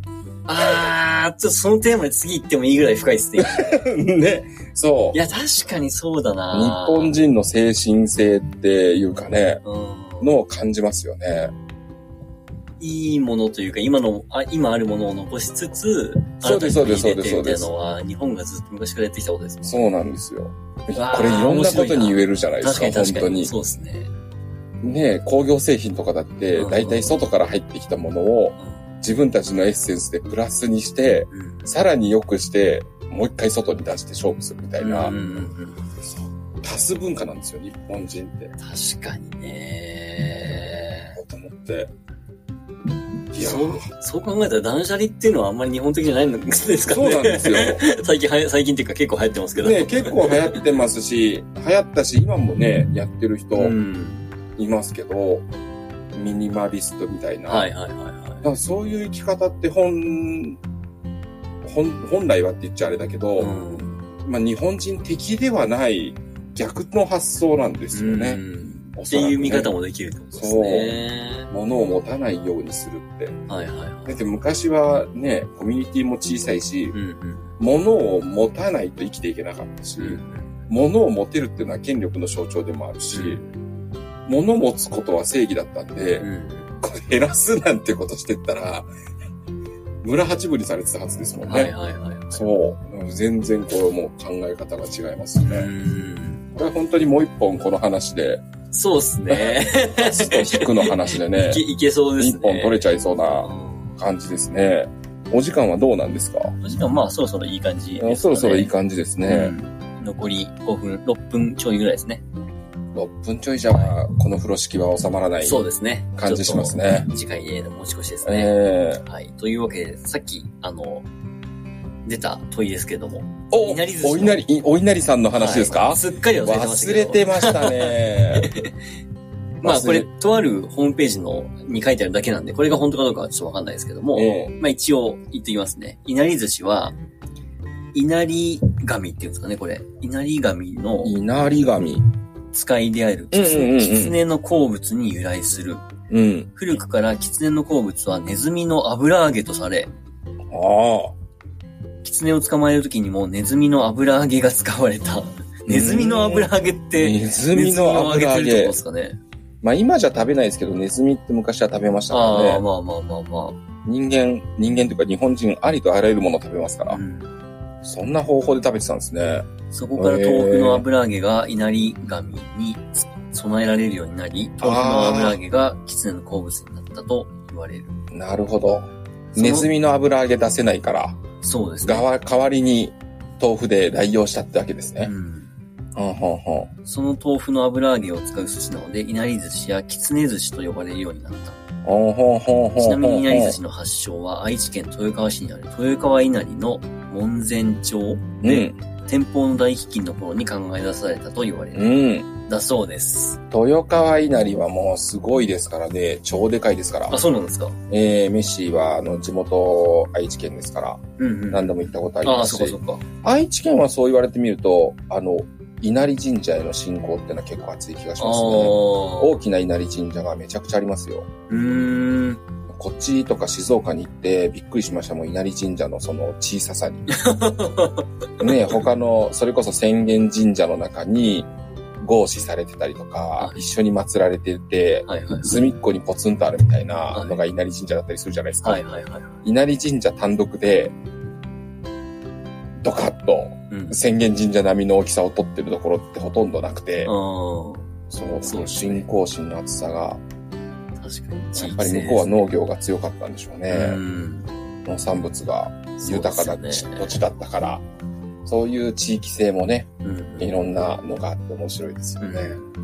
あー、ちょっとそのテーマで次行ってもいいぐらい深いですね。 ね。そう。 いや、確かにそうだな。 日本人の精神性っていうかね、 うん、 のを感じますよね。 いいものというか、今の、あ今あるものを残しつつ、 そうです、そうです、そうです、そうみたいです。 なのは、日本がずっと昔からやってきたことですもんね。 そうなんですよ。これいろんなことに言えるじゃないですか、 確かに確かに本当に。 そうですね。 ね、工業製品とかだって、だいたい外から入ってきたものを、自分たちのエッセンスでプラスにして、うん、さらに良くして、もう一回外に出して勝負するみたいな、うんうんうん、足す文化なんですよ、日本人って。 確かにね。 と思って。 いやそう、そう考えたら断捨離っていうのはあんまり日本的じゃないんですかね。 そうなんですよ。 最近はや、最近っていうか結構流行ってますけど。 ね、結構流行ってますし、流行ったし、今もね、やってる人いますけど、うん、ミニマリストみたいな。 はいはいはいはい。 だからそういう生き方って本、本、本来はって言っちゃあれだけど、うん、まあ日本人的ではない逆の発想なんですよね。うんね、っていう見方もできるってことですね。 そう。物を持たないようにするって。 はいはいはい。 だって昔はね、コミュニティも小さいし、うんうん、物を持たないと生きていけなかったし、うんうん、物を持てるっていうのは権力の象徴でもあるし、うん、物を持つことは正義だったんで、うん、これ減らすなんてことしてったら、村八分にされてたはずですもんね。はいはいはい、はい。そう。全然これもう考え方が違いますよね。うんこれは本当にもう一本この話で、 そうっすね。 足と引くの話でね。 いけ、いけそうですね。 一本取れちゃいそうな感じですね。お時間はどうなんですか？ お時間まあそろそろいい感じですね。 そろそろいい感じですね。 うん、残りごふん、ろっぷんちょいぐらいですね。 ろっぷんちょいじゃ、この風呂敷は収まらないそうですね。感じしますね。 次回への持ち越しですね。えー、はい。というわけで、さっき、あの、出た問いですけれども。 おいなり寿司お稲荷、お稲荷さんの話ですか、 はい、すっかり忘れてましたけど。 忘れてましたね。 まあこれ、とあるホームページのに書いてあるだけなんで、これが本当かどうかはちょっとわかんないですけども、えー、まあ一応言ってきますね。稲荷寿司は、稲荷神っていうんですかね、これ。稲荷神の。 稲荷神。 使いである狐、狐の好物に由来する。うん、古くから狐の好物はネズミの油揚げとされ、ああ。狐を捕まえるときにもネズミの油揚げが使われた。ネズミの油揚げって、 ネズミの油揚げってですかね。 まあ今じゃ食べないですけど、ネズミって昔は食べましたからね。 ああ、まあまあまあまあ。 人間、人間というか日本人ありとあらゆるものを食べますから。うん、そんな方法で食べてたんですね。 そこから豆腐の油揚げが稲荷神に備えられるようになり、豆腐の油揚げが狐の好物になったと言われる。 なるほど。ネズミの油揚げ出せないから。 そうですね。 代わりに豆腐で代用したってわけですね。うん。はんはんはん。その豆腐の油揚げを使う寿司なので、稲荷寿司や狐寿司と呼ばれるようになった。ちなみに稲荷寿司の発祥は愛知県豊川市にある豊川稲荷の門前町で、うん、天保の大飢饉の頃に考え出されたと言われる。うん。だそうです。 豊川稲荷はもうすごいですからね、超でかいですから。 あ、そうなんですか。 えー、メッシーはあの地元愛知県ですから、うんうん、何度も行ったことありますし。 あ、そうかそうか。 愛知県はそう言われてみると、あの、稲荷神社への信仰ってのは結構熱い気がしますね。大きな稲荷神社がめちゃくちゃありますよ。うーん。こっちとか静岡に行ってびっくりしました。もう稲荷神社のその小ささに。ね、他の、それこそ浅間神社の中に合祀されてたりとか、一緒に祀られてて、はいはいはい、隅っこにポツンとあるみたいなのが稲荷神社だったりするじゃないですか。はいはいはい、稲荷神社単独で、ドカッと、浅間神社並みの大きさを取ってるところってほとんどなくて、うん、その、その信仰心の厚さが、 確かにやっぱり向こうは農業が強かったんでしょうね。うん、農産物が豊かな土地だったから、そういう地域性もね、うん、いろんなのがあって面白いですよね。うん、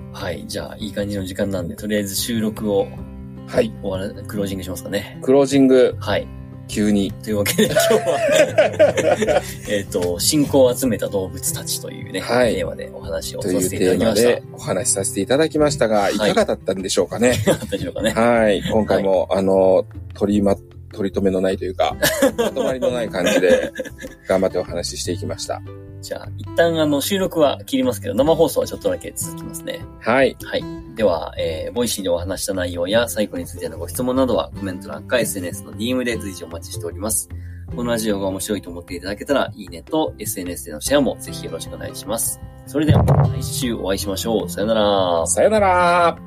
はい、じゃあいい感じの時間なんで、とりあえず収録を、はい、終わら、クロージングしますかね。 クロージング。 はい。 急に。 というわけで今日は、えっと、信仰を集めた動物たちというね、はい、テーマでお話をさせていただきました。というテーマでお話しさせていただきましたが、いかがだったんでしょうかね。 いかがだったでしょうかね。 はい。今回も、はい、あの、取りま、 取り留めのないというか、まとまりのない感じで、頑張ってお話ししていきました。 じゃあ、一旦あの、収録は切りますけど、生放送はちょっとだけ続きますね。 はい。 はい。では、えー、ボイシーでお話した内容や、サイコについてのご質問などは、コメント欄か エスエヌエス の ディーエム で随時お待ちしております。このラジオが面白いと思っていただけたら、いいねと エスエヌエス でのシェアもぜひよろしくお願いします。それでは、来週お会いしましょう。さよなら。 さよなら。